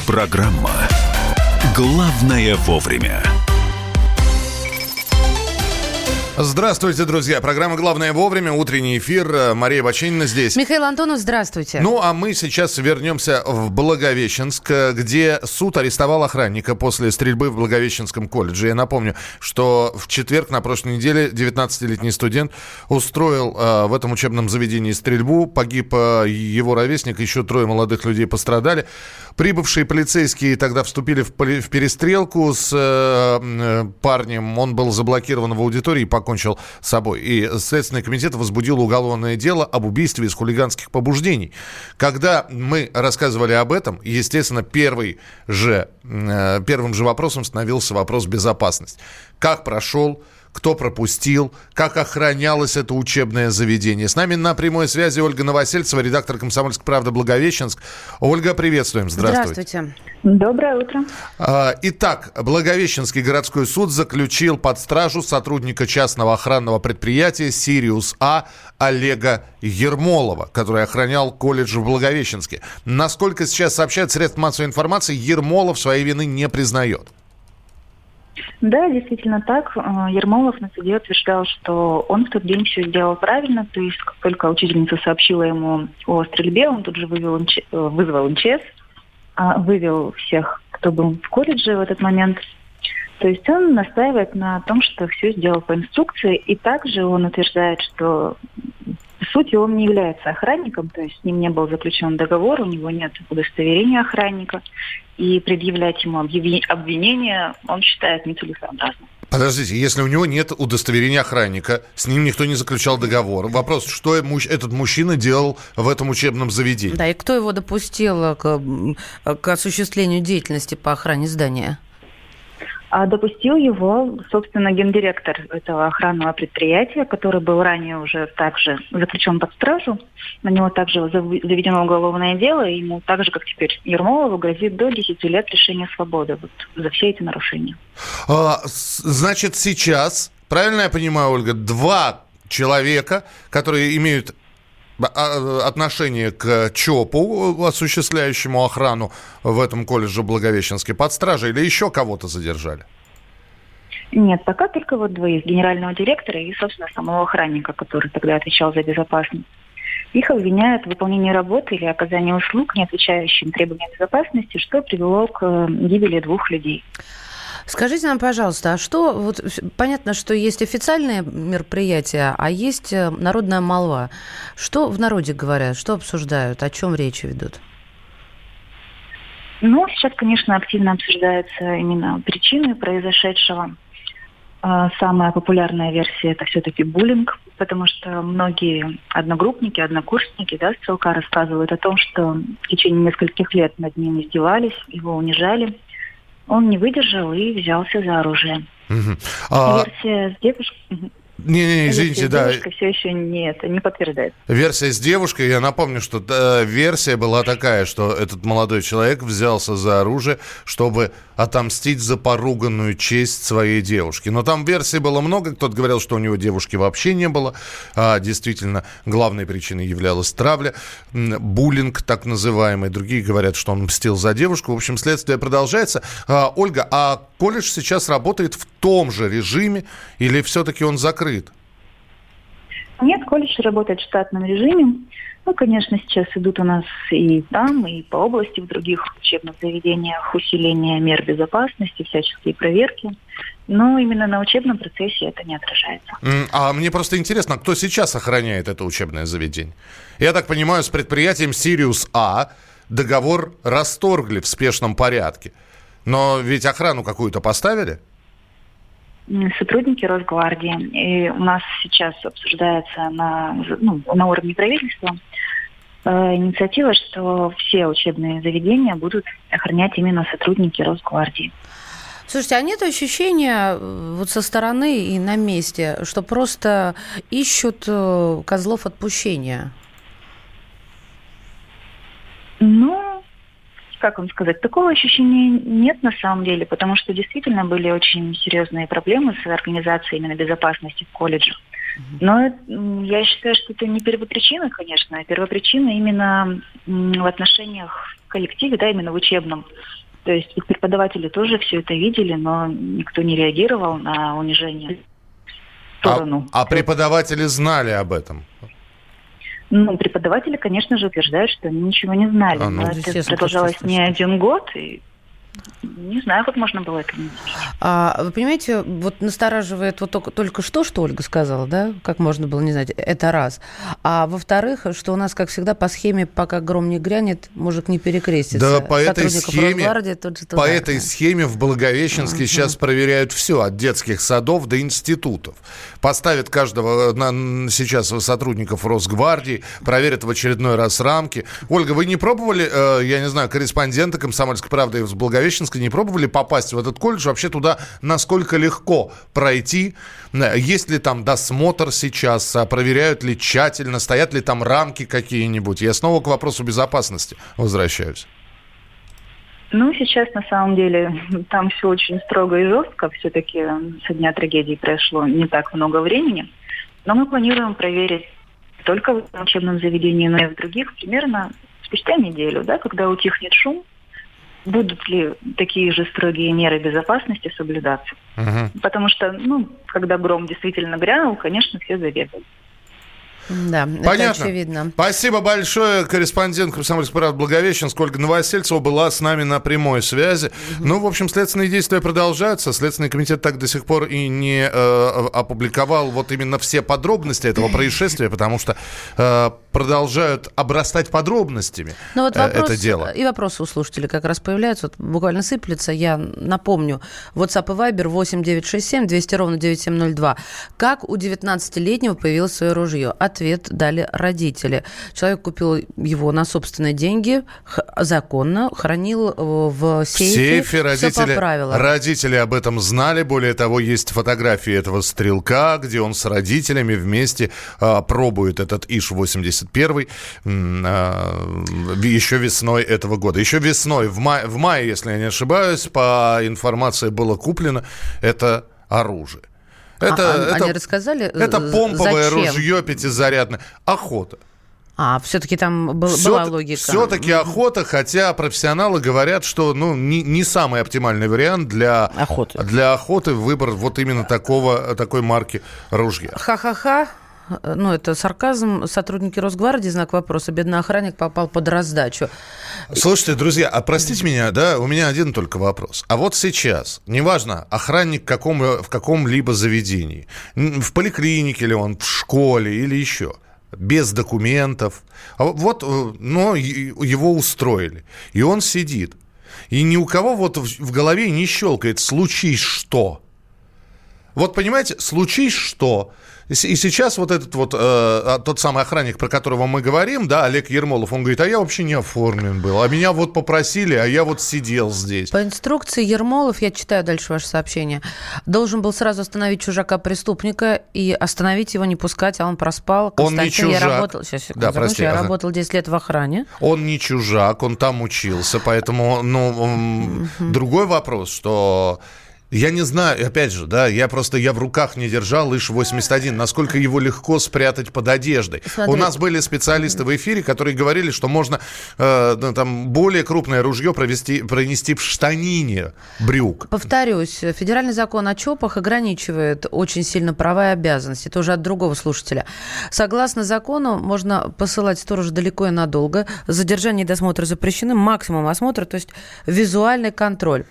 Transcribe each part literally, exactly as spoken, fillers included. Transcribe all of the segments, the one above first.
Программа «Главное вовремя». Здравствуйте, друзья. Программа «Главное вовремя». Утренний эфир. Мария Баченина здесь. Михаил Антонов, здравствуйте. Ну, а мы сейчас вернемся в Благовещенск, где суд арестовал охранника после стрельбы в Благовещенском колледже. Я напомню, что в четверг на прошлой неделе девятнадцатилетний студент устроил э, в этом учебном заведении стрельбу. Погиб э, его ровесник, еще трое молодых людей пострадали. Прибывшие полицейские тогда вступили в, поли- в перестрелку с э, э, парнем. Он был заблокирован в аудитории и покончил с собой. И Следственный комитет возбудил уголовное дело об убийстве из хулиганских побуждений. Когда мы рассказывали об этом, естественно, первый же, э, первым же вопросом становился вопрос безопасности. Как прошел, кто пропустил, как охранялось это учебное заведение. С нами на прямой связи Ольга Новосельцева, редактор «Комсомольской правды» Благовещенск. Ольга, приветствуем. Здравствуйте. Здравствуйте. Доброе утро. Итак, Благовещенский городской суд заключил под стражу сотрудника частного охранного предприятия «Сириус А» Олега Ермолова, который охранял колледж в Благовещенске. Насколько сейчас сообщают средства массовой информации, Ермолов своей вины не признает. Да, действительно так. Ермолов на суде утверждал, что он в тот день все сделал правильно, то есть как только учительница сообщила ему о стрельбе, он тут же вывел МЧ... вызвал МЧС, вывел всех, кто был в колледже в этот момент. То есть он настаивает на том, что все сделал по инструкции, и также он утверждает, что по сути он не является охранником, то есть с ним не был заключен договор, у него нет удостоверения охранника, и предъявлять ему обвинения он считает нецелесообразным. Подождите, если у него нет удостоверения охранника, с ним никто не заключал договор. Вопрос, что этот мужчина делал в этом учебном заведении? Да, и кто его допустил к, к осуществлению деятельности по охране здания? А допустил его, собственно, гендиректор этого охранного предприятия, который был ранее уже также заключен под стражу. На него также заведено уголовное дело, и ему так же, как теперь Ермолову, грозит до десяти лет лишения свободы вот, за все эти нарушения. А, значит, сейчас, правильно я понимаю, Ольга, два человека, которые имеют отношение к ЧОПу, осуществляющему охрану в этом колледже в Благовещенске, под стражей, или еще кого-то задержали? Нет, пока только вот двоих. Генерального директора и, собственно, самого охранника, который тогда отвечал за безопасность. Их обвиняют в выполнении работы или оказании услуг, не отвечающим требованиям безопасности, что привело к гибели двух людей. Скажите нам, пожалуйста, а что, вот понятно, что есть официальные мероприятия, а есть народная молва. Что в народе говорят, что обсуждают, о чем речь ведут? Ну, сейчас, конечно, активно обсуждаются именно причины произошедшего. Самая популярная версия – это все-таки буллинг, потому что многие одногруппники, однокурсники, да, с ЦЛК рассказывают о том, что в течение нескольких лет над ним издевались, его унижали. Он не выдержал и взялся за оружие. Угу. А... Версия с девушкой... Не-не, извините, версия да. с девушкой все еще нет, не подтверждает. Версия с девушкой, я напомню, что э, версия была такая, что этот молодой человек взялся за оружие, чтобы отомстить за поруганную честь своей девушки. Но там версий было много, кто-то говорил, что у него девушки вообще не было, а действительно главной причиной являлась травля, буллинг так называемый, другие говорят, что он мстил за девушку. В общем, следствие продолжается. А, Ольга, а колледж сейчас работает в том же режиме или все-таки он закрыт? Нет, колледж работает в штатном режиме. Ну, конечно, сейчас идут у нас и там, и по области, в других учебных заведениях усиление мер безопасности, всяческие проверки. Но именно на учебном процессе это не отражается. А мне просто интересно, кто сейчас охраняет это учебное заведение? Я так понимаю, с предприятием «Сириус А» договор расторгли в спешном порядке. Но ведь охрану какую-то поставили? Сотрудники Росгвардии. И у нас сейчас обсуждается на, ну, на уровне правительства э, инициатива, что все учебные заведения будут охранять именно сотрудники Росгвардии. Слушайте, а нет ощущения вот со стороны и на месте, что просто ищут козлов отпущения? Ну, как вам сказать, такого ощущения нет на самом деле, потому что действительно были очень серьезные проблемы с организацией именно безопасности в колледже. Но я считаю, что это не первопричина, конечно. Первопричина именно в отношениях в коллективе, да, именно в учебном. То есть преподаватели тоже все это видели, но никто не реагировал на унижение в сторону. А, а преподаватели знали об этом? Ну, преподаватели, конечно же, утверждают, что они ничего не знали. А, ну, но это продолжалось не один год, и не знаю, как можно было это не видеть. А, вы понимаете, вот настораживает вот только, только что, что Ольга сказала, да, как можно было не знать, это раз. А во-вторых, что у нас, как всегда, по схеме, пока гром не грянет, мужик не перекрестится. Да, по этой схеме, по этой схеме в Благовещенске uh-huh. сейчас проверяют все, от детских садов до институтов. Поставят каждого на, сейчас сотрудников Росгвардии, проверят в очередной раз рамки. Ольга, вы не пробовали, э, я не знаю, корреспондента «Комсомольской правды» из Благовещенска, не пробовали попасть в этот колледж? Вообще туда насколько легко пройти? Есть ли там досмотр сейчас? Проверяют ли тщательно? Стоят ли там рамки какие-нибудь? Я снова к вопросу безопасности возвращаюсь. Ну, сейчас, на самом деле, там все очень строго и жестко. Все-таки со дня трагедии прошло не так много времени. Но мы планируем проверить не только в этом учебном заведении, но и в других примерно спустя неделю, да, когда утихнет шум. Будут ли такие же строгие меры безопасности соблюдаться? Угу. Потому что, ну, когда гром действительно грянул, конечно, все забегали. Да, понятно. Это очевидно. Спасибо большое. Корреспондент «Комсомольской правды» Благовещенск Ольга Новосельцева была с нами на прямой связи. Угу. Ну, в общем, следственные действия продолжаются. Следственный комитет так до сих пор и не э, опубликовал вот именно все подробности этого происшествия, потому что э, продолжают обрастать подробностями ну, вот вопрос, это дело. И вопросы у слушателей как раз появляются. Вот буквально сыплется. Я напомню. WhatsApp и Viber восемь девятьсот шестьдесят семь двести ровно девяносто семь ноль два. Как у девятнадцатилетнего появилось свое ружье? Ответ дали родители. Человек купил его на собственные деньги, х- законно, хранил в сейфе. В сейфе родители, родители об этом знали. Более того, есть фотографии этого стрелка, где он с родителями вместе а, пробует этот ИШ восемьдесят один а, еще весной этого года. Еще весной, в мае, в мае, если я не ошибаюсь, по информации было куплено это оружие. Это, а, это, они рассказали, это помповое зачем? Ружье пятизарядное. Охота. А, все-таки там был, Все, была логика. Все-таки охота, хотя профессионалы говорят, что ну, не, не самый оптимальный вариант для охоты. Для охоты выбор вот именно такого, такой марки ружья. Ха-ха-ха. Ну, это сарказм. Сотрудники Росгвардии, знак вопроса, бедный охранник попал под раздачу. Слушайте, друзья, а простите меня, да, у меня один только вопрос. А вот сейчас, неважно, охранник в, каком, в каком-либо заведении, в поликлинике ли он, в школе или еще, без документов, вот, ну, его устроили, и он сидит, и ни у кого вот в голове не щелкает «случись что». Вот, понимаете, случись что. И сейчас вот этот вот, э, тот самый охранник, про которого мы говорим, да, Олег Ермолов, он говорит, а я вообще не оформлен был, а меня вот попросили, а я вот сидел здесь. По инструкции Ермолов, я читаю дальше ваше сообщение, должен был сразу остановить чужака-преступника и остановить его, не пускать, а он проспал. Он не чужак. Я работал, сейчас, секунду, да, прости, я ага. работал десять лет в охране. Он не чужак, он там учился, поэтому, ну, он... uh-huh. другой вопрос, что... Я не знаю, опять же, да, я просто, я в руках не держал ИШ восемьдесят один, насколько его легко спрятать под одеждой. Смотри. У нас были специалисты в эфире, которые говорили, что можно э, там более крупное ружье провести, пронести в штанине брюк. Повторюсь, федеральный закон о ЧОПах ограничивает очень сильно права и обязанности. Это уже от другого слушателя. Согласно закону, можно посылать сторожа далеко и надолго. Задержание и досмотр запрещены. Максимум осмотра, то есть визуальный контроль.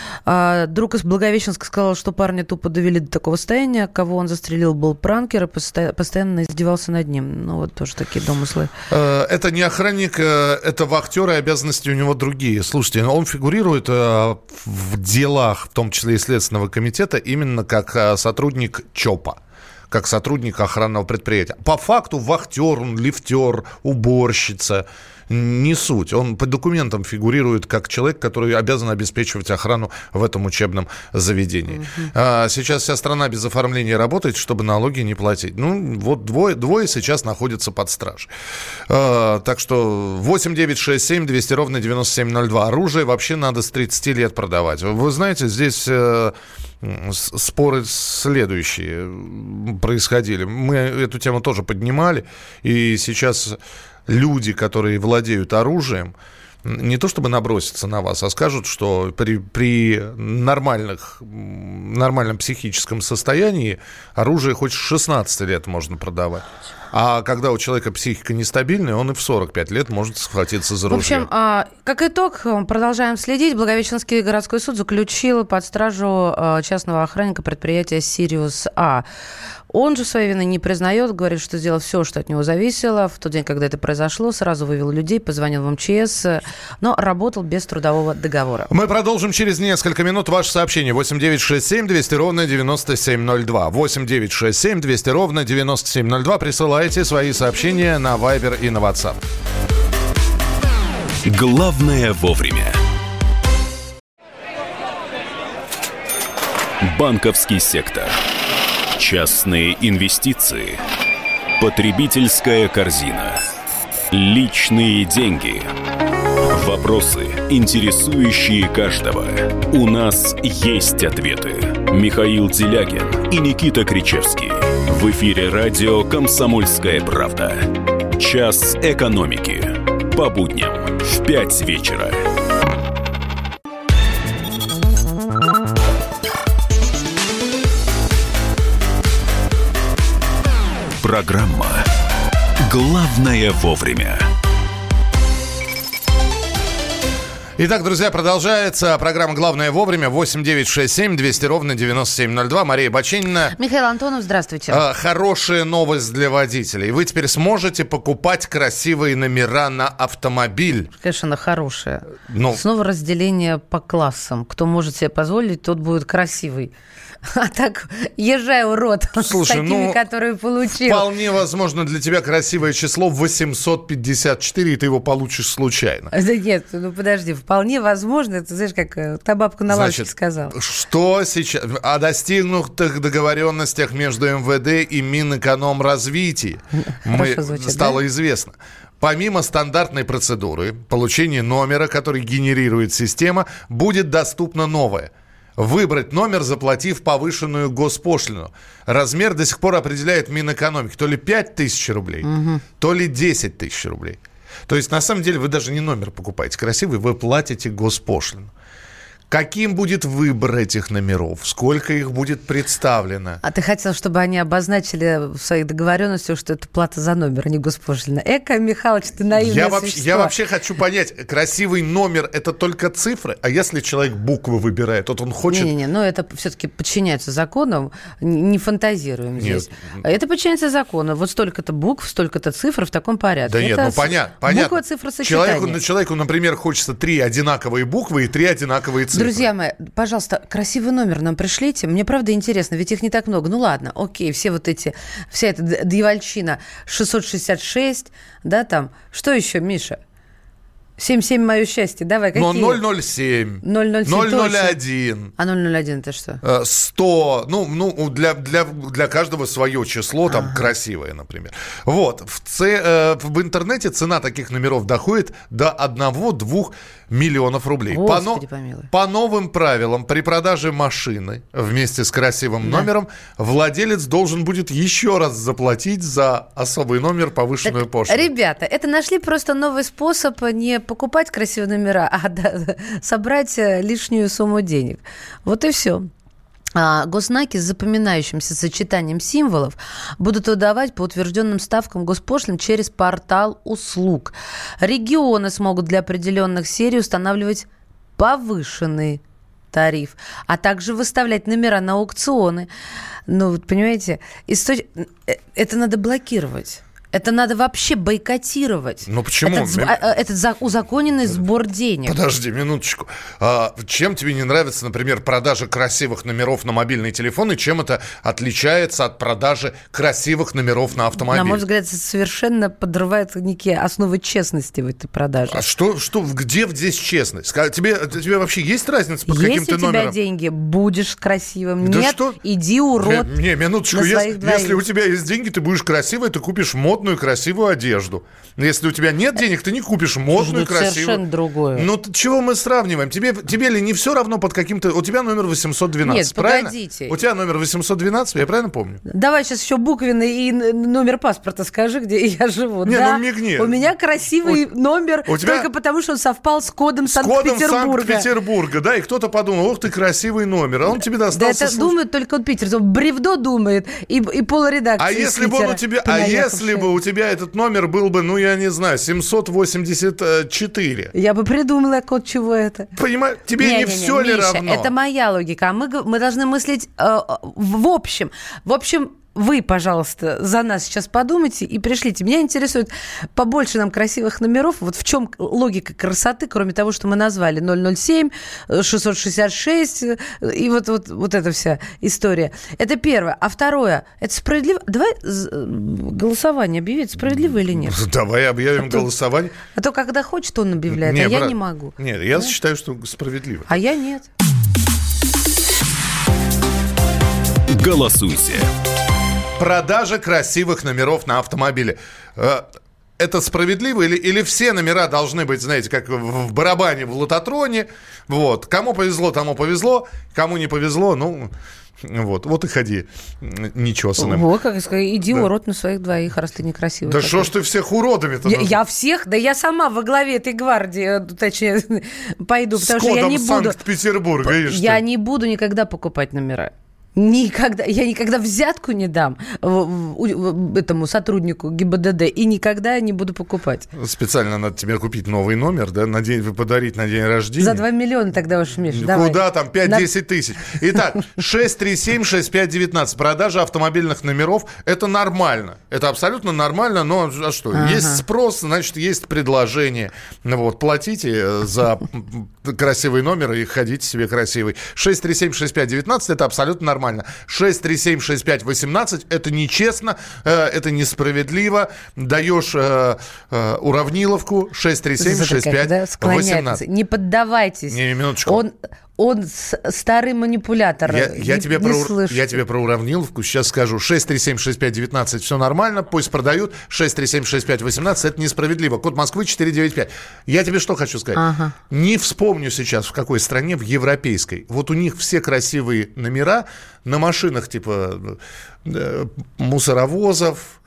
А, друг из Благовещенска сказал, что парня тупо довели до такого состояния. Кого он застрелил, был пранкер и постоянно издевался над ним. Ну, вот тоже такие домыслы. Это не охранник, это вахтер, и обязанности у него другие. Слушайте, он фигурирует в делах, в том числе и Следственного комитета, именно как сотрудник ЧОПа, как сотрудник охранного предприятия. По факту вахтер, он лифтер, уборщица. Не суть. Он по документам фигурирует как человек, который обязан обеспечивать охрану в этом учебном заведении. Uh-huh. А сейчас вся страна без оформления работает, чтобы налоги не платить. Ну, вот двое, двое сейчас находятся под стражей. А, так что восемь девятьсот шестьдесят семь двести ровно девяносто семь ноль два. Оружие вообще надо с тридцати лет продавать. Вы знаете, здесь... споры следующие происходили. Мы эту тему тоже поднимали, и сейчас люди, которые владеют оружием, не то чтобы наброситься на вас, а скажут, что при, при нормальных, нормальном психическом состоянии оружие хоть с шестнадцати лет можно продавать. А когда у человека психика нестабильная, он и в сорок пять лет может схватиться за ружье. В общем, как итог, продолжаем следить. Благовещенский городской суд заключил под стражу частного охранника предприятия «Сириус А». Он же своей вины не признает, говорит, что сделал все, что от него зависело. В тот день, когда это произошло, сразу вывел людей, позвонил в эм че эс, но работал без трудового договора. Мы продолжим через несколько минут. Ваше сообщение восемь девять шесть семь двести ровно девяносто семь ноль два. восемь девять шесть семь двести ровно девяносто семь ноль два. Присылайте свои сообщения на Viber и на WhatsApp. Главное вовремя. Банковский сектор. Частные инвестиции. Потребительская корзина. Личные деньги. Вопросы, интересующие каждого. У нас есть ответы. Михаил Делягин и Никита Кричевский. В эфире радио «Комсомольская правда». Час экономики. По будням в пять вечера. Программа «Главное вовремя». Итак, друзья, продолжается программа «Главное вовремя». восемь девять шесть семь двести ровно девяносто семь ноль два. Мария Баченина. Михаил Антонов, здравствуйте. А, хорошая новость для водителей. Вы теперь сможете покупать красивые номера на автомобиль. Конечно, она хорошая. Ну, Снова разделение по классам. Кто может себе позволить, тот будет красивый. А так, езжай, урод, слушай, с такими, ну, которые получил. Вполне возможно, для тебя красивое число восемьсот пятьдесят четыре, и ты его получишь случайно. Да нет, ну подожди, вполне возможно, это, знаешь, как та бабка на лавочке сказала. Что сейчас? О достигнутых договоренностях между эм вэ дэ и Минэкономразвития мы, звучит, стало да? известно. Помимо стандартной процедуры получения номера, который генерирует система, будет доступно новое. Выбрать номер, заплатив повышенную госпошлину. Размер до сих пор определяет Минэкономики. То ли пять тысяч рублей, угу. то ли десять тысяч рублей. То есть, на самом деле, вы даже не номер покупаете красивый, вы платите госпошлину. Каким будет выбор этих номеров? Сколько их будет представлено? А ты хотел, чтобы они обозначили в своих договоренностях, что это плата за номер, а не госпошлина. Эко, Михалыч, ты наивное я вообще, существо. я вообще хочу понять, красивый номер – это только цифры? А если человек буквы выбирает, вот он хочет… Не-не-не, но это все-таки подчиняется законам, не фантазируем здесь. Нет. Это подчиняется закону. Вот столько-то букв, столько-то цифр в таком порядке. Да это нет, ну понятно. понятно. Буква, цифра, сочетание. Человеку, человеку, например, хочется три одинаковые буквы и три одинаковые цифры. Друзья мои, пожалуйста, красивый номер нам пришлите. Мне правда интересно, ведь их не так много. Ну ладно, окей, все вот эти, вся эта дьявольщина шестьсот шестьдесят шесть, да, там. Что еще, Миша? семь семь мое счастье. Давай, какие? Но ноль ноль семь. ноль ноль семь ноль ноль один. А ноль ноль один это что? сто. Ну, ну для, для, для каждого свое число, там, ага. красивое, например. Вот. В, ц... в интернете цена таких номеров доходит до одного-двух миллионов рублей. Господи, по, помилуй. По новым правилам, при продаже машины вместе с красивым да. номером, владелец должен будет еще раз заплатить за особый номер повышенную так, пошлину. Ребята, это нашли просто новый способ не покупать красивые номера, а да, собрать лишнюю сумму денег. Вот и все. А госзнаки с запоминающимся сочетанием символов будут выдавать по утвержденным ставкам госпошлин через портал услуг. Регионы смогут для определенных серий устанавливать повышенный тариф, а также выставлять номера на аукционы. Ну, понимаете, источ... это надо блокировать. Это надо вообще бойкотировать. Ну почему? Этот, этот за, узаконенный сбор денег. Подожди минуточку. А чем тебе не нравится, например, продажа красивых номеров на мобильный телефон, и чем это отличается от продажи красивых номеров на автомобиль? На мой взгляд, это совершенно подрывает некие основы честности в этой продаже. А что, что где здесь честность? Тебе, тебе вообще есть разница под каким ты номером? Если у тебя деньги, будешь красивым. Да нет, что? иди, урод. Не, не минуточку. Если, если у тебя есть деньги, ты будешь красивой, ты купишь мод модную, красивую одежду. Если у тебя нет денег, ты не купишь модную, ну, красивую. Совершенно другое. Ну, чего мы сравниваем? Тебе, тебе ли не все равно под каким-то... У тебя номер восемьсот двенадцать, Нет, правильно? погодите. У тебя номер восемьсот двенадцать, я правильно помню? Давай сейчас еще буквенный и номер паспорта скажи, где я живу. Не, да, ну мигни. У меня красивый у, номер у тебя... только потому, что он совпал с кодом с кодом Санкт-Петербурга. Санкт-Петербурга, да, и кто-то подумал, ох ты, красивый номер, а он тебе достался... Да это случай... думает только он Питер, он бревдо думает, и, и полредакции а если бы он у тебя, А если бы у тебя этот номер был бы, ну, я не знаю, семьсот восемьдесят четыре. Я бы придумала, код чего это. Понимаешь, тебе не, не, не все не, ли Миша, равно? Это моя логика, а мы, мы должны мыслить э, в общем. В общем, вы, пожалуйста, за нас сейчас подумайте и пришлите. Меня интересует побольше нам красивых номеров. Вот в чем логика красоты, кроме того, что мы назвали ноль ноль семь, шестьсот шестьдесят шесть и вот, вот, вот эта вся история. Это первое. А второе, это справедливо? Давай голосование объявить, справедливо или нет? Давай объявим а голосование. То, а то, когда хочет, он объявляет, не, а брат, я не могу. Нет, я да? считаю, что справедливо. А я нет. Голосуйте. Продажа красивых номеров на автомобиле. Это справедливо или, или все номера должны быть, знаете, как в барабане в лототроне? Вот. Кому повезло, тому повезло. Кому не повезло, ну... Вот, вот и ходи нечесанным. Вот, как сказать, иди да. урод на своих двоих, раз ты некрасивый. Да что ж ты всех уродами-то? Я, я всех? Да я сама во главе этой гвардии, точнее, пойду, потому с что я не буду... Санкт-Петербурга, видишь Я ты? не буду никогда покупать номера. Никогда, я никогда взятку не дам этому сотруднику ГИБДД и никогда не буду покупать. Специально надо тебе купить новый номер, да, на день, подарить на день рождения. За два миллиона тогда уж, Миша, Куда давай. там, пять-десять тысяч. Итак, шесть три семь шесть пять девятнадцать. Продажа автомобильных номеров – это нормально. Это абсолютно нормально, но а что? Ага. Есть спрос, значит, есть предложение. Вот, платите за красивый номер и ходите себе красивый. шесть три семь шесть пять девятнадцать – это абсолютно нормально. Нормально. шесть три семь шесть пять восемнадцать это нечестно, э, это несправедливо. Даешь э, э, уравниловку шесть три семь шесть пять восемнадцать. Не поддавайтесь. Не, минуточку. Он... Он старый манипулятор. Я, я, не, тебе не про, я тебе про уравниловку сейчас скажу. шесть три семь шесть пять девятнадцать все нормально, пусть продают. шесть три семь шесть пять восемнадцать это несправедливо. Код Москвы четыреста девяносто пять. Я тебе что хочу сказать? Ага. Не вспомню сейчас, в какой стране, в европейской. Вот у них все красивые номера на машинах типа э, мусоровозов,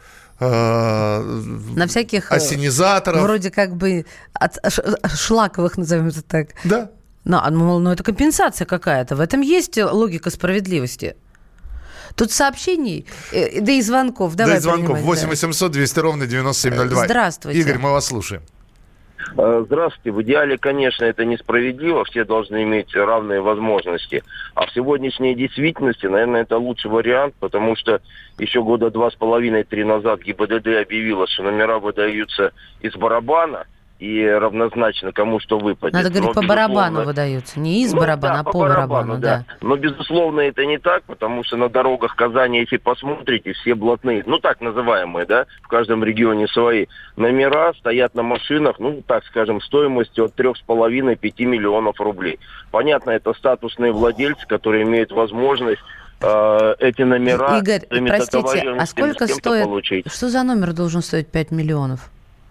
на всяких ассенизаторов. Вроде как бы от, шлаковых, назовем это так. Да. Ну, ну, это компенсация какая-то. В этом есть логика справедливости. Тут сообщений, э, да и звонков. Давай да и звонков. восемь да. восемьсот двести ровно девяносто семь ноль два. Здравствуйте. Игорь, мы вас слушаем. Здравствуйте. В идеале, конечно, это несправедливо. Все должны иметь равные возможности. А в сегодняшней действительности, наверное, это лучший вариант, потому что еще года два с половиной-три назад ГИБДД объявила, что номера выдаются из барабана, и равнозначно кому что выпадет. Надо говорить, но, по барабану выдаются. Не из ну, барабана, да, а по, по барабану, барабану, да. да. Но, безусловно, это не так, потому что на дорогах Казани, если посмотрите, все блатные, ну, так называемые, да, в каждом регионе свои номера стоят на машинах, ну, так скажем, стоимостью от трех с половиной пяти миллионов рублей. Понятно, это статусные владельцы, которые имеют возможность э, эти номера... Игорь, простите, а сколько стоит... Получить. Что за номер должен стоить пять миллионов?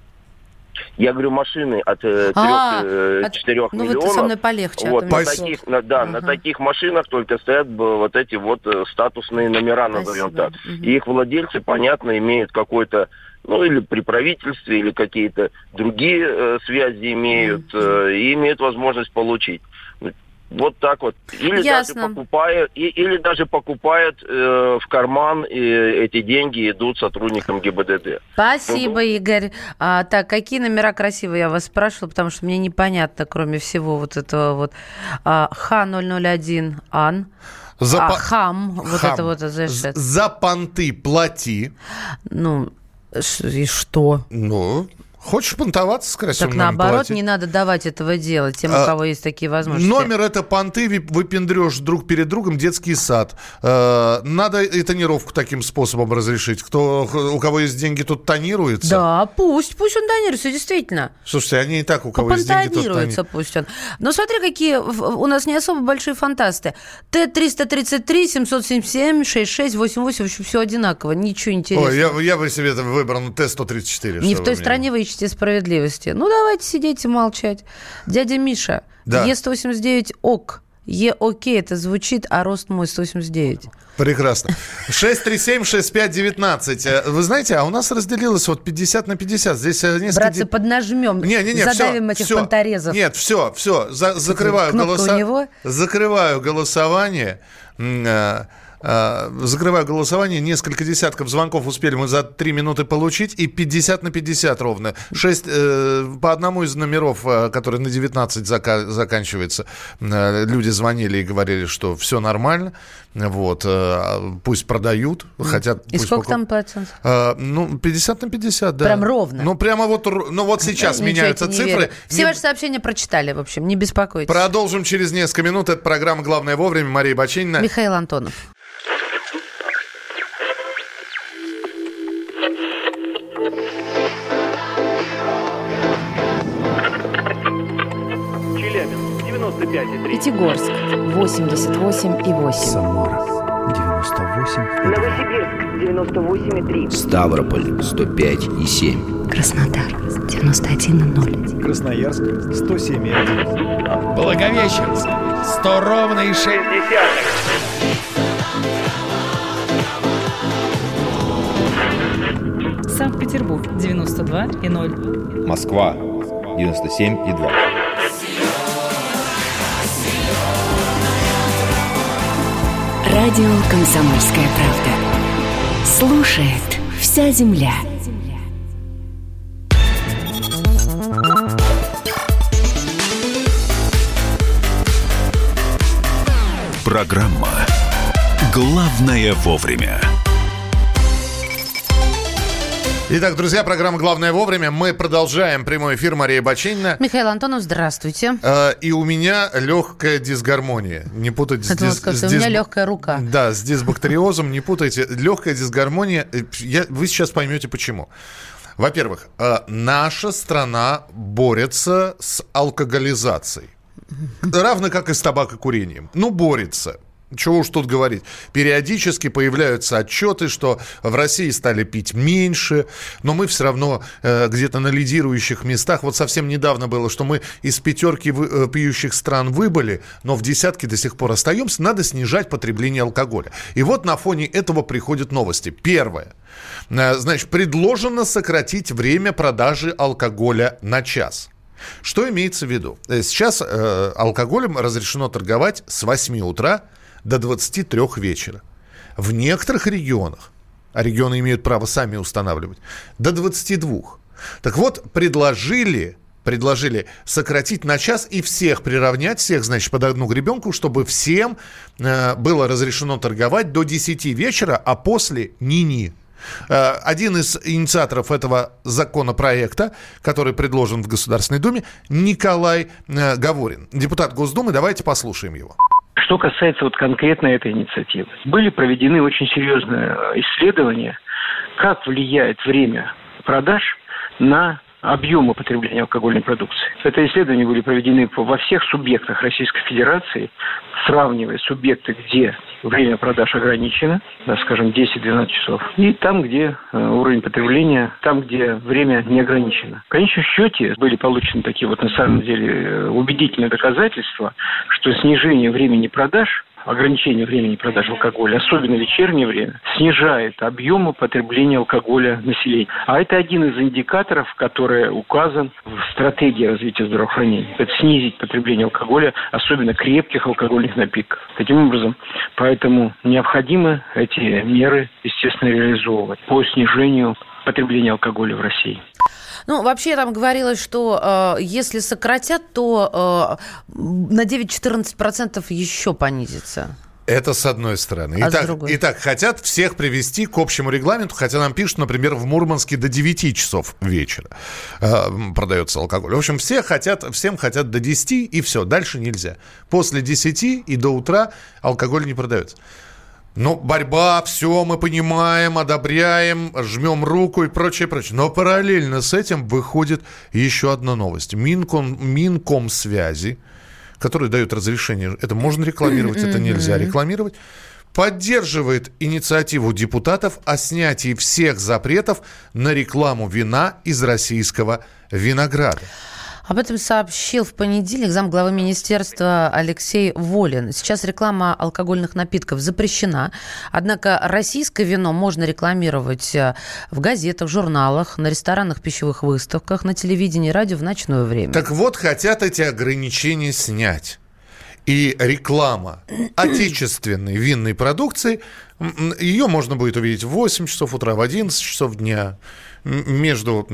Я говорю, машины от трех-четырех ну, миллионов. Ну, вы со мной полегче. Вот, на, таких, на, да, ага. на таких машинах только стоят вот эти вот статусные номера, назовем так. Угу. И их владельцы, понятно, имеют какой-то, ну, или при правительстве, или какие-то другие э, связи имеют, э, и имеют возможность получить. Вот так вот. Или Ясно. даже покупают, и, или даже покупают э, в карман, и эти деньги идут сотрудникам ГИБДД. Спасибо, ну, Игорь. А, так, какие номера красивые, я вас спрашивала, потому что мне непонятно, кроме всего вот этого вот а, Х ноль ноль один Ан. За а, по... Хам, вот Хам. это вот. За, за понты плати. Ну, и что? Ну... Хочешь понтоваться с красивым Так наоборот, платье? Не надо давать этого делать тем, а, у кого есть такие возможности. Номер — это понты, выпендрешь друг перед другом, детский сад. Э, надо и тонировку таким способом разрешить. Кто, у кого есть деньги, тут тонируется. Да, пусть, пусть он тонируется, действительно. Слушайте, они и так, у кого есть деньги, тут тонируется. Пусть он. Но смотри, какие у нас не особо большие фантасты. Т триста тридцать три семьсот семьдесят семь шестьдесят шесть восемьдесят восемь, в общем, все одинаково, ничего интересного. Ой, я, я бы себе выбрал Т сто тридцать четыре. Не в той стране вы ищете справедливости. Ну, давайте сидеть и молчать. Дядя Миша, да. Е сто восемьдесят девять ок. Е окей, это звучит, а рост мой сто восемьдесят девять. Прекрасно. шесть три семь шесть пять девятнадцать. Вы знаете, а у нас разделилось вот пятьдесят на пятьдесят. Здесь несколько... Братцы, поднажмем, не, не, не, задавим все, этих все, понторезов. Нет, все, все, за, закрываю, голоса... закрываю голосование. Закрываю голосование. Несколько десятков звонков успели мы за три минуты получить. И пятьдесят на пятьдесят ровно. шесть, э, по одному из номеров, который на девятнадцать зака- заканчивается, э, люди звонили и говорили, что все нормально. Вот, э, пусть продают. Хотят, и пусть сколько покуп... там процентов? Э, ну, пятьдесят на пятьдесят, да. Прям ровно? Ну, прямо вот, ну, вот сейчас да, меняются цифры. Все не... ваши сообщения прочитали, в общем, не беспокойтесь. Продолжим через несколько минут. Это программа «Главное вовремя». Мария Баченина. Михаил Антонов. Пятигорск восемьдесят восемь и восемь. Самара девяносто восемь и два. Новосибирск девяносто восемь и три. Ставрополь сто пять и семь. Краснодар девяносто один и ноль. Красноярск сто семь и один. Благовещенск сто ровно и шесть десятых. Санкт-Петербург девяносто два и ноль. Москва девяносто семь и два. Радио «Комсомольская правда». Слушает вся земля. Программа «Главное вовремя». Итак, друзья, программа «Главное вовремя». Мы продолжаем прямой эфир. Мария Баченина. Михаил Антонов, здравствуйте. Э, и у меня легкая дисгармония. Не путайте с, дис... сказать, с у дис... меня легкая рука. Да, с дисбактериозом не путайте. Легкая дисгармония. Я... Вы сейчас поймете, почему. Во-первых, э, наша страна борется с алкоголизацией. Равно как и с табакокурением. Ну, борется. Чего уж тут говорить. Периодически появляются отчеты, что в России стали пить меньше, но мы все равно э, где-то на лидирующих местах. Вот совсем недавно было, что мы из пятерки вы, э, пьющих стран выбыли, но в десятке до сих пор остаемся. Надо снижать потребление алкоголя. И вот на фоне этого приходят новости. Первое. Э, значит, предложено сократить время продажи алкоголя на час. Что имеется в виду? Сейчас э, алкоголем разрешено торговать с восьми утра до двадцати трёх вечера. В некоторых регионах, а регионы имеют право сами устанавливать, до двадцати двух. Так вот, предложили, предложили сократить на час и всех приравнять, всех, значит, под одну гребенку, чтобы всем э, было разрешено торговать до десяти вечера, а после ни-ни. Один из инициаторов этого законопроекта, который предложен в Государственной Думе, Николай Гаворин, депутат Госдумы. Давайте послушаем его. Что касается вот конкретно этой инициативы. Были проведены очень серьезные исследования, как влияет время продаж на объемы потребления алкогольной продукции. Это исследования были проведены во всех субъектах Российской Федерации, сравнивая субъекты, где время продаж ограничено, да, скажем, десять-двенадцать часов, и там, где э, уровень потребления, там, где время не ограничено. В конечном счете были получены такие вот, на самом деле, убедительные доказательства, что снижение времени продаж, ограничение времени продаж алкоголя, особенно в вечернее время, снижает объемы потребления алкоголя населения. А это один из индикаторов, который указан в стратегии развития здравоохранения. Это снизить потребление алкоголя, особенно крепких алкогольных напитков. Таким образом, поэтому необходимо эти меры, естественно, реализовывать по снижению потребления алкоголя в России. Ну, вообще там говорилось, что э, если сократят, то э, на девять-четырнадцать процентов еще понизится. Это с одной стороны. А Итак, с другой? итак, хотят всех привести к общему регламенту, хотя нам пишут, например, в Мурманске до девяти часов вечера э, продается алкоголь. В общем, все хотят, всем хотят до десяти, и все, дальше нельзя. После десяти и до утра алкоголь не продается. Ну, борьба, все мы понимаем, одобряем, жмем руку и прочее, прочее. Но параллельно с этим выходит еще одна новость. Минком, Минкомсвязи, который дает разрешение, это можно рекламировать, это нельзя рекламировать, поддерживает инициативу депутатов о снятии всех запретов на рекламу вина из российского винограда. Об этом сообщил в понедельник замглавы министерства Алексей Волин. Сейчас реклама алкогольных напитков запрещена. Однако российское вино можно рекламировать в газетах, журналах, на ресторанах, пищевых выставках, на телевидении, радио в ночное время. Так вот, хотят эти ограничения снять. И реклама отечественной винной продукции, ее можно будет увидеть в восемь часов утра, в одиннадцать часов дня, между...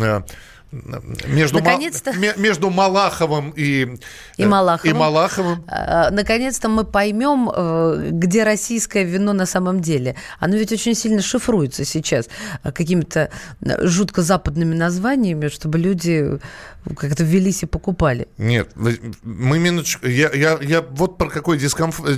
Между, Ма- между Малаховым и, и, Малаховым. и Малаховым. Наконец-то мы поймем, где российское вино на самом деле. Оно ведь очень сильно шифруется сейчас какими-то жутко западными названиями, чтобы люди как-то велись и покупали. Нет, мы минуточку. Я, я, я вот про какой дискомфорт,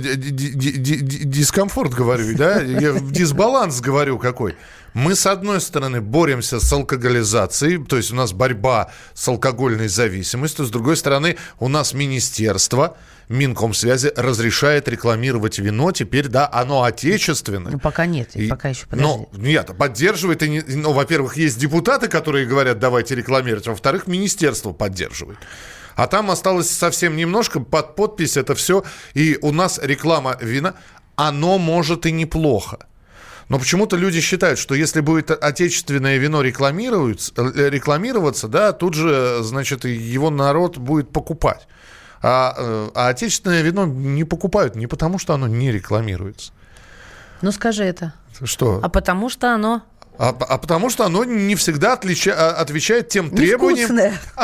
дискомфорт говорю, да? Я дисбаланс говорю какой. Мы, с одной стороны, боремся с алкоголизацией, то есть у нас борьба с алкогольной зависимостью, с другой стороны, у нас министерство, Минкомсвязи разрешает рекламировать вино, теперь, да, оно отечественное. Ну, пока нет, и, пока еще подожди. Но, нет, поддерживает, и, ну, во-первых, есть депутаты, которые говорят, давайте рекламировать, а во-вторых, министерство поддерживает. А там осталось совсем немножко, под подпись это все, и у нас реклама вина, оно может и неплохо. Но почему-то люди считают, что если будет отечественное вино рекламироваться, да, тут же, значит, его народ будет покупать. А, а отечественное вино не покупают не потому, что оно не рекламируется. Ну, скажи это. Что? А потому что оно... А, а потому что оно не всегда отлича... отвечает тем требованиям,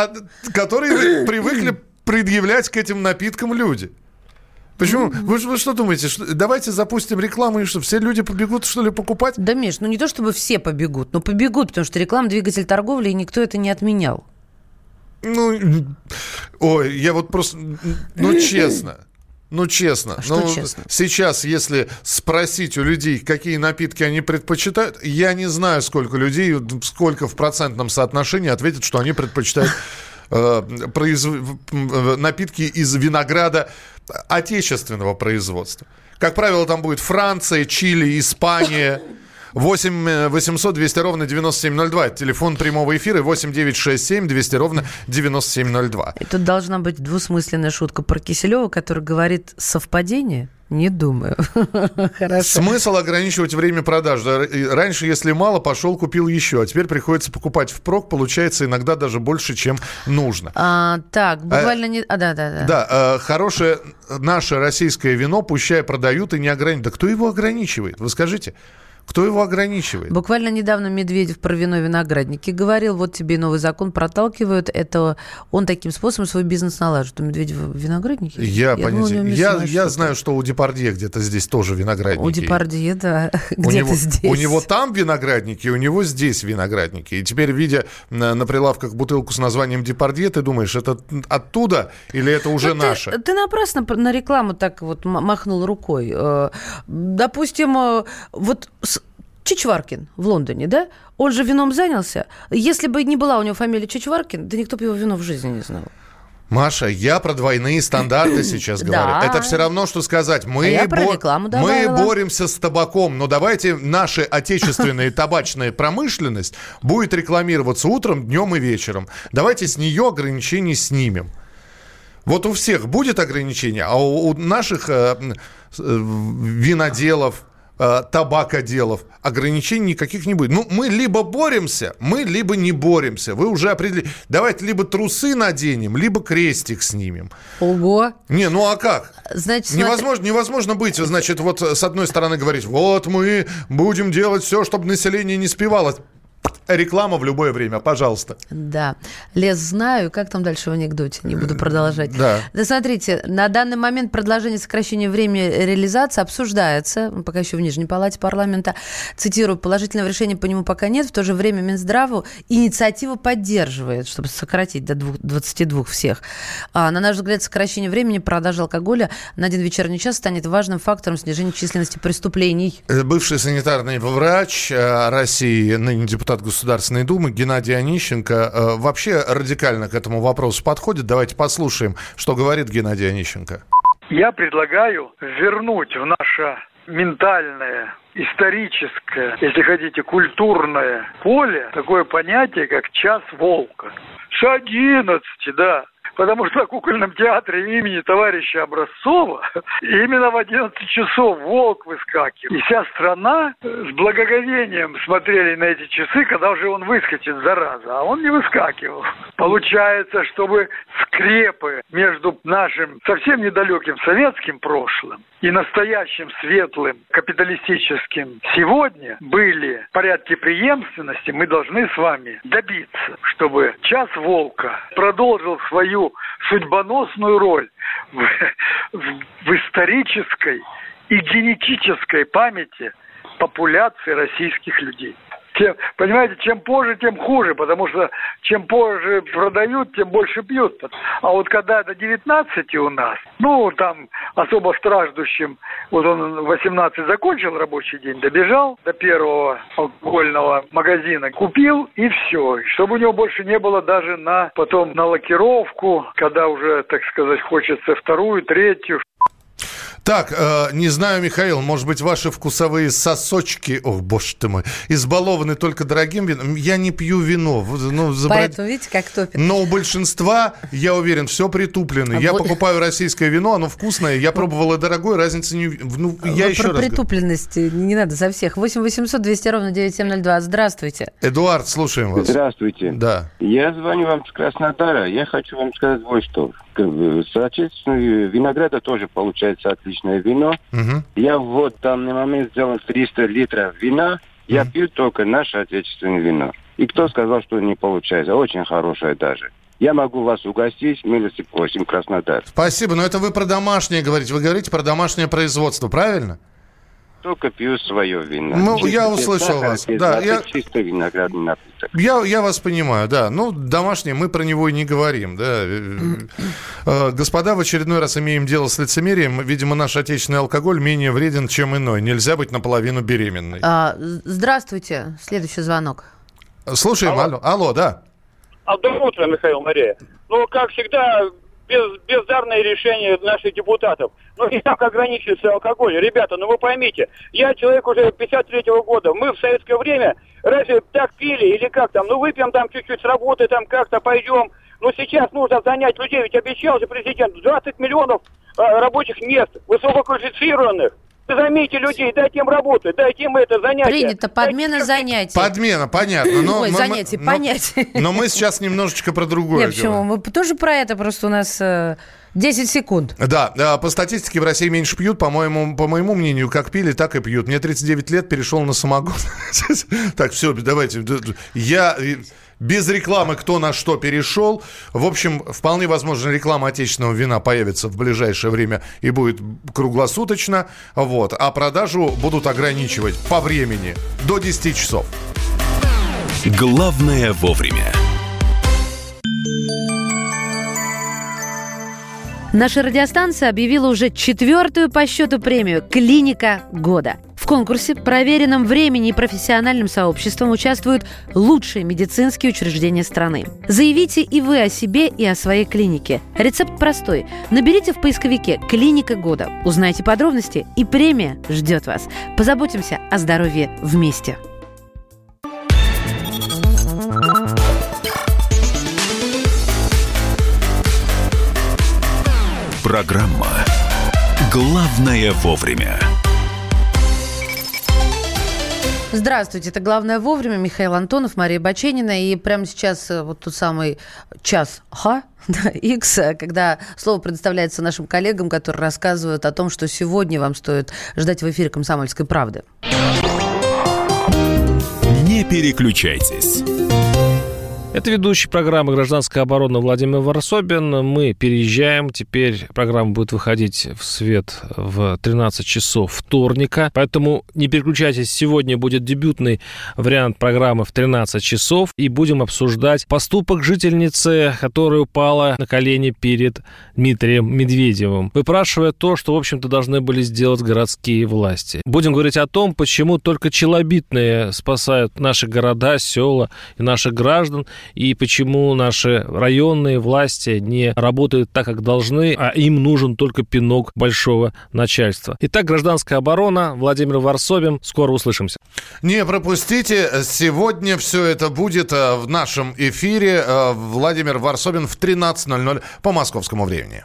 которые привыкли предъявлять к этим напиткам люди. Почему? Вы, вы что думаете? Что, давайте запустим рекламу, и что, все люди побегут, что ли, покупать? Да, Миш, ну не то чтобы все побегут, но побегут, потому что реклама – двигатель торговли, и никто это не отменял. Ну, ой, я вот просто, ну, честно, ну, честно. А что ну, честно? Сейчас, если спросить у людей, какие напитки они предпочитают, я не знаю, сколько людей, сколько в процентном соотношении ответят, что они предпочитают напитки из винограда отечественного производства. Как правило, там будет Франция, Чили, Испания. восемь восемьсот двести ровно девяносто семь ноль два. Это телефон прямого эфира. восемь девятьсот шестьдесят семь двести ровно девяносто семь ноль два. И тут должна быть двусмысленная шутка про Киселева, который говорит «совпадение». Не думаю. Хорошо. Смысл ограничивать время продаж. Раньше, если мало, пошел, купил еще. А теперь приходится покупать впрок. Получается иногда даже больше, чем нужно. А, так, буквально а, не... А, да, да, да. Да, а, хорошее наше российское вино, пущай продают и не ограничивают. Да кто его ограничивает? Вы скажите. Кто его ограничивает? Буквально недавно Медведев про вино виноградники говорил, вот тебе и новый закон проталкивают. Это он таким способом свой бизнес налаживает. У Медведева виноградники? Я, я, понятия, я, я знаю, что у Депардье где-то здесь тоже виноградники. У Депардье, да, где-то него, здесь. У него там виноградники, у него здесь виноградники. И теперь, видя на, на прилавках бутылку с названием Депардье, ты думаешь, это оттуда или это уже ну, наше? Ты, ты напрасно на рекламу так вот махнул рукой. Допустим, вот... Чичваркин в Лондоне, да? Он же вином занялся. Если бы не была у него фамилия Чичваркин, да никто бы его вино в жизни не знал. Маша, я про двойные стандарты сейчас говорю. Да. Это все равно, что сказать. Мы, а бо- мы боремся с табаком, но давайте наша отечественная табачная промышленность будет рекламироваться утром, днем и вечером. Давайте с нее ограничения снимем. Вот у всех будет ограничение, а у, у наших э, э, виноделов, табакоделов, ограничений никаких не будет. Ну, мы либо боремся, мы либо не боремся. Вы уже определили. Давайте либо трусы наденем, либо крестик снимем. Ого. Не, ну а как? Значит, невозможно, невозможно быть, значит, вот с одной стороны говорить, вот мы будем делать все, чтобы население не спивало. Реклама в любое время, пожалуйста. Да. Лес знаю. Как там дальше в анекдоте? Не буду продолжать. Да. Да, смотрите, на данный момент продолжение сокращения времени реализации обсуждается, пока еще в Нижней палате парламента. Цитирую, положительного решения по нему пока нет. В то же время Минздраву инициативу поддерживает, чтобы сократить до двадцати двух всех. А, на наш взгляд, сокращение времени продажи алкоголя на один вечерний час станет важным фактором снижения численности преступлений. Бывший санитарный врач России, ныне депутат Государственной Думы Геннадий Онищенко вообще радикально к этому вопросу подходит. Давайте послушаем, что говорит Геннадий Онищенко. Я предлагаю вернуть в наше ментальное, историческое, если хотите, культурное поле такое понятие, как час волка. С одиннадцати, да. Потому что на кукольном театре имени товарища Образцова именно в одиннадцать часов волк выскакивал. И вся страна с благоговением смотрели на эти часы, когда уже он выскочит, зараза. А он не выскакивал. Получается, чтобы скрепы между нашим совсем недалеким советским прошлым и настоящим светлым капиталистическим сегодня были в порядке преемственности, мы должны с вами добиться, чтобы час волка продолжил свою судьбоносную роль в, в, в исторической и генетической памяти популяции российских людей. Тем, понимаете, чем позже, тем хуже, потому что чем позже продают, тем больше пьют. А вот когда до девятнадцати у нас, ну, там особо страждущим, вот он в восемнадцать закончил рабочий день, добежал до первого алкогольного магазина, купил и все. Чтобы у него больше не было даже на потом на лакировку, когда уже, так сказать, хочется вторую, третью. Так, э, не знаю, Михаил, может быть, ваши вкусовые сосочки, ох, боже ты мой, избалованы только дорогим вином. Я не пью вино. Ну, забрать... Поэтому, видите, как топит. Но у большинства, я уверен, все притуплено. А я вот... покупаю российское вино, оно вкусное. Я пробовал и дорогое, разницы не... Ну, я Вы еще про раз... притупленность не надо за всех. восемь восемьсот двести ровно девяносто семь ноль два. Здравствуйте. Эдуард, слушаем вас. Здравствуйте. Да. Я звоню вам с Краснодара. Я хочу вам сказать вот что. Соответственно, винограда тоже получается отличное вино. Uh-huh. Я вот в данный момент сделал триста литров вина. Uh-huh. Я пью только наше отечественное вино. И кто сказал, что не получается? Очень хорошее даже. Я могу вас угостить, милости просим, Краснодар. Спасибо, но это вы про домашнее говорите. Вы говорите про домашнее производство, правильно? Только пью свое вино. Ну, чисто я услышал вас. Да, я... Чисто виноградный напиток. Я, я вас понимаю, да. Ну, домашнее, мы про него и не говорим, да. Господа, в очередной раз имеем дело с лицемерием. Видимо, наш отечественный алкоголь менее вреден, чем иной. Нельзя быть наполовину беременной. А, здравствуйте. Следующий звонок. Слушаем. Алло, алло, да. Доброе утро, Михаил, Мария. Ну, как всегда... Без, бездарное решение наших депутатов. Ну, и так ограничивается алкоголь. Ребята, ну вы поймите, я человек уже пятьдесят третьего года. Мы в советское время разве так пили или как там? Ну, выпьем там чуть-чуть с работы, там как-то пойдем. Но сейчас нужно занять людей. Ведь обещал же президент двадцать миллионов э, рабочих мест, высококвалифицированных. Займите людей, дайте им работу, дайте им это занятие. Принято, подмена занятий. Подмена, понятно. Но, Ой, но, занятий, но, понятия. Но мы сейчас немножечко про другое. Нет, почему? Мы тоже про это, просто у нас э, десять секунд. Да, по статистике в России меньше пьют, по-моему, по моему мнению, как пили, так и пьют. Мне тридцать девять лет, перешел на самогон. Так, все, давайте. Я... Без рекламы кто на что перешел. В общем, вполне возможно, реклама отечественного вина появится в ближайшее время и будет круглосуточно. Вот. А продажу будут ограничивать по времени до десяти часов. Главное вовремя. Наша радиостанция объявила уже четвертую по счету премию «Клиника года». В конкурсе, проверенном времени и профессиональным сообществом, участвуют лучшие медицинские учреждения страны. Заявите и вы о себе, и о своей клинике. Рецепт простой. Наберите в поисковике «Клиника года». Узнайте подробности, и премия ждет вас. Позаботимся о здоровье вместе. Программа «Главное вовремя». Здравствуйте, это «Главное вовремя». Михаил Антонов, Мария Баченина. И прямо сейчас вот тот самый час Х, да, X, когда слово предоставляется нашим коллегам, которые рассказывают о том, что сегодня вам стоит ждать в эфире «Комсомольской правды». Не переключайтесь. Это ведущий программы «Гражданская оборона» Владимир Варсобин. Мы переезжаем. Теперь программа будет выходить в свет в тринадцать часов вторника. Поэтому не переключайтесь. Сегодня будет дебютный вариант программы в тринадцать часов. И будем обсуждать поступок жительницы, которая упала на колени перед Дмитрием Медведевым, выпрашивая то, что, в общем-то, должны были сделать городские власти. Будем говорить о том, почему только челобитные спасают наши города, села и наших граждан, и почему наши районные власти не работают так, как должны, а им нужен только пинок большого начальства. Итак, «Гражданская оборона», Владимир Варсобин. Скоро услышимся. Не пропустите, сегодня все это будет в нашем эфире. Владимир Варсобин в тринадцать ноль ноль по московскому времени.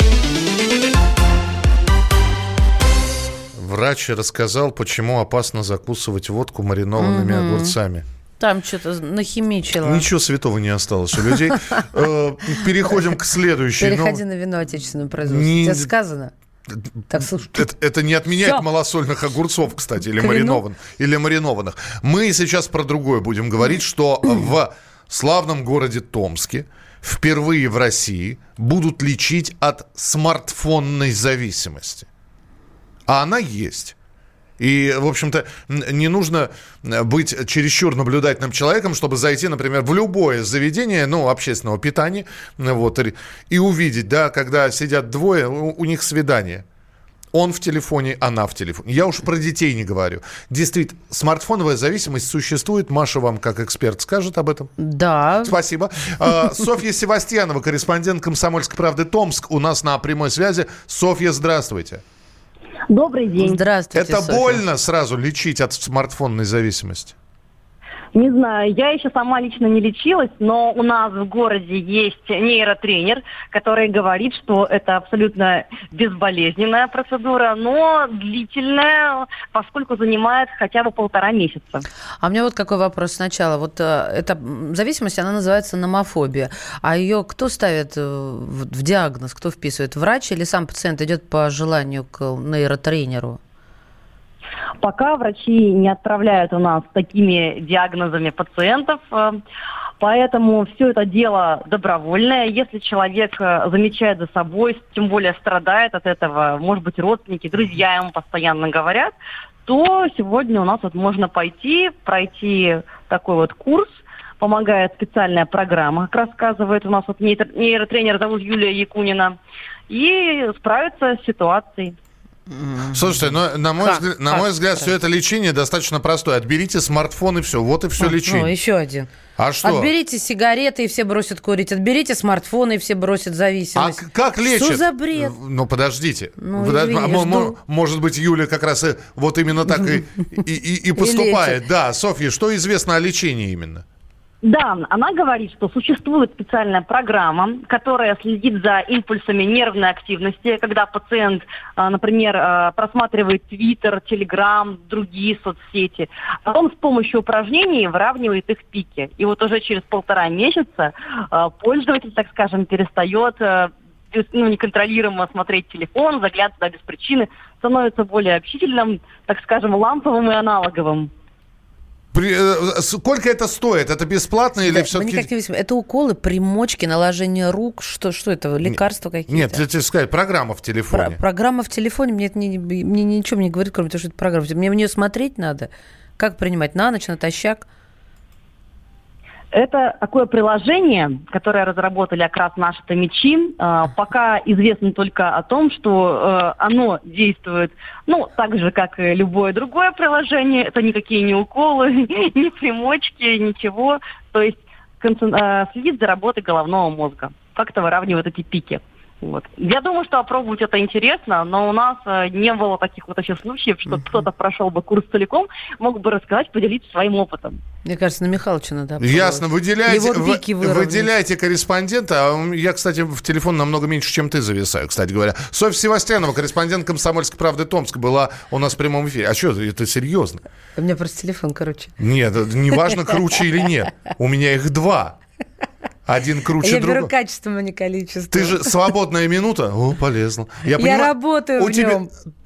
Врач рассказал, почему опасно закусывать водку маринованными угу. огурцами. Там что-то нахимичило. Ничего святого не осталось у людей. Переходим к следующей. Переходи на вино отечественного производства. Тебе сказано? Так, слушай. Это, это не отменяет Всё. малосольных огурцов, кстати, или, маринован, или маринованных. Мы сейчас про другое будем говорить, что в славном городе Томске впервые в России будут лечить от смартфонной зависимости. А она есть. И, в общем-то, не нужно быть чересчур наблюдательным человеком, чтобы зайти, например, в любое заведение, ну, общественного питания, вот, и увидеть, да, когда сидят двое, у, у них свидание. Он в телефоне, она в телефоне. Я уж про детей не говорю. Действительно, смартфоновая зависимость существует. Маша вам, как эксперт, скажет об этом? Да. Спасибо. Софья Севастьянова, корреспондент «Комсомольской правды» Томск, у нас на прямой связи. Софья, здравствуйте. Добрый день. Здравствуйте, Это Софья. больно сразу лечить от смартфонной зависимости? Не знаю, я еще сама лично не лечилась, но у нас в городе есть нейротренер, который говорит, что это абсолютно безболезненная процедура, но длительная, поскольку занимает хотя бы полтора месяца. А у меня вот какой вопрос сначала. Вот э, эта зависимость, она называется номофобия. А ее кто ставит в, в диагноз, кто вписывает? Врач или сам пациент идет по желанию к нейротренеру? Пока врачи не отправляют у нас такими диагнозами пациентов, поэтому все это дело добровольное. Если человек замечает за собой, тем более страдает от этого, может быть, родственники, друзья ему постоянно говорят, то сегодня у нас вот можно пойти, пройти такой вот курс. Помогает специальная программа, как рассказывает у нас вот нейротренер, зовут Юлия Якунина, и справиться с ситуацией. Слушайте, но, на мой, как? взгляд, на мой взгляд, все это лечение достаточно простое. Отберите смартфон и все. Вот и все а, лечение. Ну, еще один. А что? Отберите сигареты, и все бросят курить. Отберите смартфоны, и все бросят зависимость. А как лечат? Что за бред? Ну, подождите. Ну, Подож... извини, а, м- может быть, Юля как раз и, вот именно так и, и, и, и поступает. Да, Софья, что известно о лечении именно? Да, она говорит, что существует специальная программа, которая следит за импульсами нервной активности, когда пациент, например, просматривает Твиттер, Телеграм, другие соцсети. Потом с помощью упражнений выравнивает их пики. И вот уже через полтора месяца пользователь, так скажем, перестает ну, неконтролируемо смотреть телефон, заглядывать туда без причины, становится более общительным, так скажем, ламповым и аналоговым. При, сколько это стоит? Это бесплатно или да, все-таки... Не это уколы, примочки, наложение рук? Что, что это? Лекарства какие-то? Нет, я тебе сказать, программа в телефоне. Про- программа в телефоне, мне это не, мне ничего не говорит, кроме того, что это программа. Мне в нее смотреть надо. Как принимать? На ночь, натощак? Это такое приложение, которое разработали как раз наши томичи. Э, пока известно только о том, что э, оно действует, ну, так же, как и любое другое приложение. Это никакие не уколы, не примочки, ничего. То есть концен... э, следит за работой головного мозга. Как-то выравнивает эти пики. Вот. Я думаю, что опробовать это интересно, но у нас э, не было таких вот еще случаев, что uh-huh. кто-то прошел бы курс целиком, мог бы рассказать, поделиться своим опытом. Мне кажется, на Михалыча надо опробовать. Ясно. Выделяйте, вы, выделяйте корреспондента. Я, кстати, в телефон намного меньше, чем ты зависаю, кстати говоря. Софья Севастьянова, корреспондент «Комсомольской правды» Томск, была у нас в прямом эфире. А что, это серьезно? У меня просто телефон короче. Нет, неважно, круче или нет. У меня их два. Один круче я другого. Я беру качеством, а не количеством. Ты же свободная минута. О, полезно. Я, я понимаю, работаю в тебя... нем.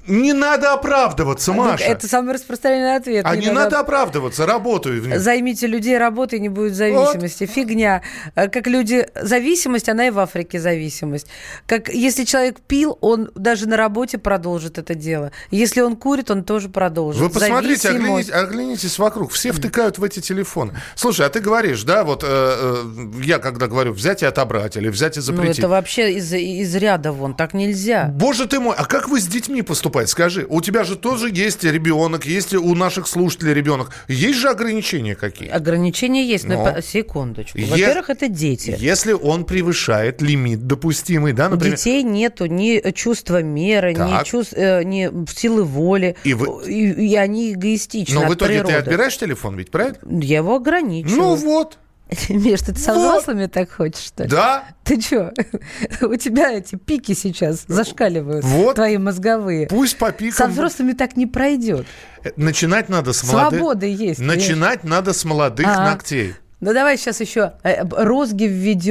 Не надо оправдываться, Маша. Это самый распространенный ответ. А не, не надо... надо оправдываться, работаю в них. Займите людей работой, не будет зависимости. Вот. Фигня. Как люди... Зависимость, она и в Африке зависимость. Как если человек пил, он даже на работе продолжит это дело. Если он курит, он тоже продолжит. Вы посмотрите, оглянитесь, оглянитесь вокруг. Все втыкают в эти телефоны. Слушай, а ты говоришь, да, вот э, э, я когда говорю взять и отобрать, или взять и запретить. Ну, это вообще из, из ряда вон, так нельзя. Боже ты мой, а как вы с детьми поступаете? Скажи, у тебя же тоже есть ребенок, есть у наших слушателей ребенок. Есть же ограничения какие? Ограничения есть, но, но секундочку. Во-первых, е- это дети. Если он превышает лимит допустимый, да, например... У детей нету ни чувства меры, ни, чувств, э, ни силы воли, и, вы... и, и они эгоистичны. Но от в итоге природы. Ты отбираешь телефон, ведь правильно? Я его ограничиваю. Ну вот. Миш, ты со вот. взрослыми так хочешь, что ли? Да. Ты что? У тебя эти пики сейчас зашкаливают, вот. Твои мозговые. Пусть по пикам. Со взрослыми так не пройдет. Начинать надо с молодых. Свобода есть. Начинать понимаешь? Надо с молодых А-а. ногтей. Ну, давай сейчас еще розги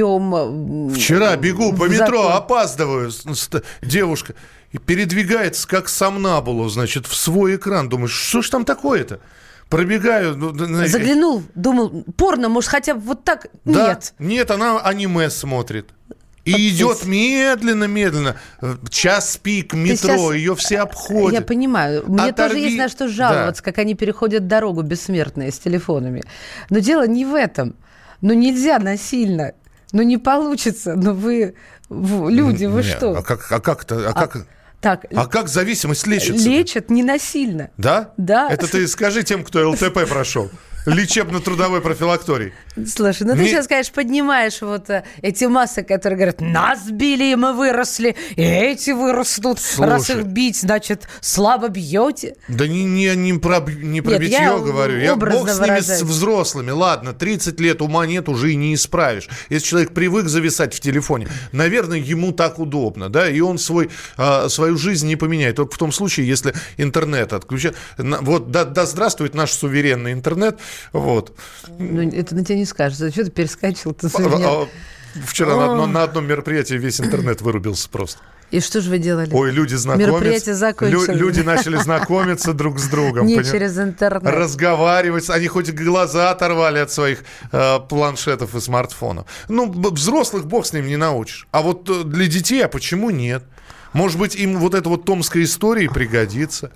введем. Вчера бегу по метро, закон. Опаздываю. Девушка передвигается, как сомнамбула, значит, в свой экран. Думаешь, что ж там такое-то? Пробегаю. Заглянул, думал, порно, может, хотя бы вот так? Да, нет. Нет, она аниме смотрит. И а идет медленно-медленно. Час пик, метро, сейчас... ее все обходят. Я понимаю. Мне Оторви... тоже есть на что жаловаться, да. Как они переходят дорогу бессмертные с телефонами. Но дело не в этом. Ну, нельзя насильно. Ну, не получится. Но вы, вы люди, вы Нет, что? А как, а как-то... А как... А... Так, а как зависимость лечится? Лечат не насильно. Да? Да. Это ты скажи тем, кто ЛТП прошел. Лечебно-трудовой профилакторий. Слушай, ну ты Не... сейчас, конечно, поднимаешь вот а, эти массы, которые говорят, нас били, и мы выросли, и эти вырастут. Слушай, раз их бить, значит, слабо бьете. Да не, не, не про, не про Нет, битье я говорю. Я бог с ними, с взрослыми. Ладно, тридцать лет ума нет, уже и не исправишь. Если человек привык зависать в телефоне, наверное, ему так удобно, да, и он свой, а, свою жизнь не поменяет. Только в том случае, если интернет отключат. Вот, да, да здравствует наш суверенный интернет. Вот. Ну, это на тебя не скажешь. Что ты перескочил? Ты а, вчера на, одно, на одном мероприятии весь интернет вырубился просто. И что же вы делали? Ой, люди знакомятся. Мероприятие закончилось. Лю, люди начали знакомиться друг с другом. Не через интернет. Разговаривать. Они хоть глаза оторвали от своих э, планшетов и смартфонов. Ну, взрослых бог с ним не научишь. А вот для детей, а почему нет? Может быть, им вот эта вот томская история пригодится.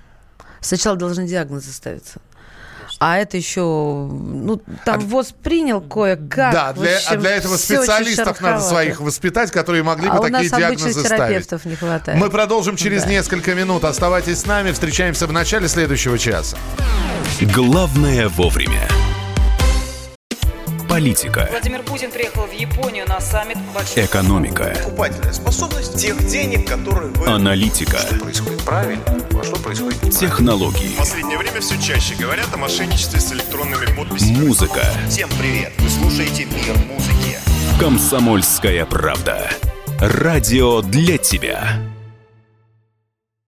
Сначала должны диагнозы ставиться. А это еще, ну, там а, ВОЗ принял кое-как. Да, для, общем, а для этого специалистов надо своих воспитать, которые могли бы а такие диагнозы ставить. А у нас обычных терапевтов не хватает. Мы продолжим через да. несколько минут. Оставайтесь с нами. Встречаемся в начале следующего часа. Главное вовремя. Политика. Владимир Путин приехал в Японию на саммит большой... Экономика. Покупательная способность тех денег, которые вы... Аналитика. Что происходит правильно, а что происходит неправильно. Технологии. В последнее время все чаще говорят о мошенничестве с электронными подписями. Музыка. Всем привет. Вы слушаете «Мир музыки». Комсомольская правда. Радио для тебя.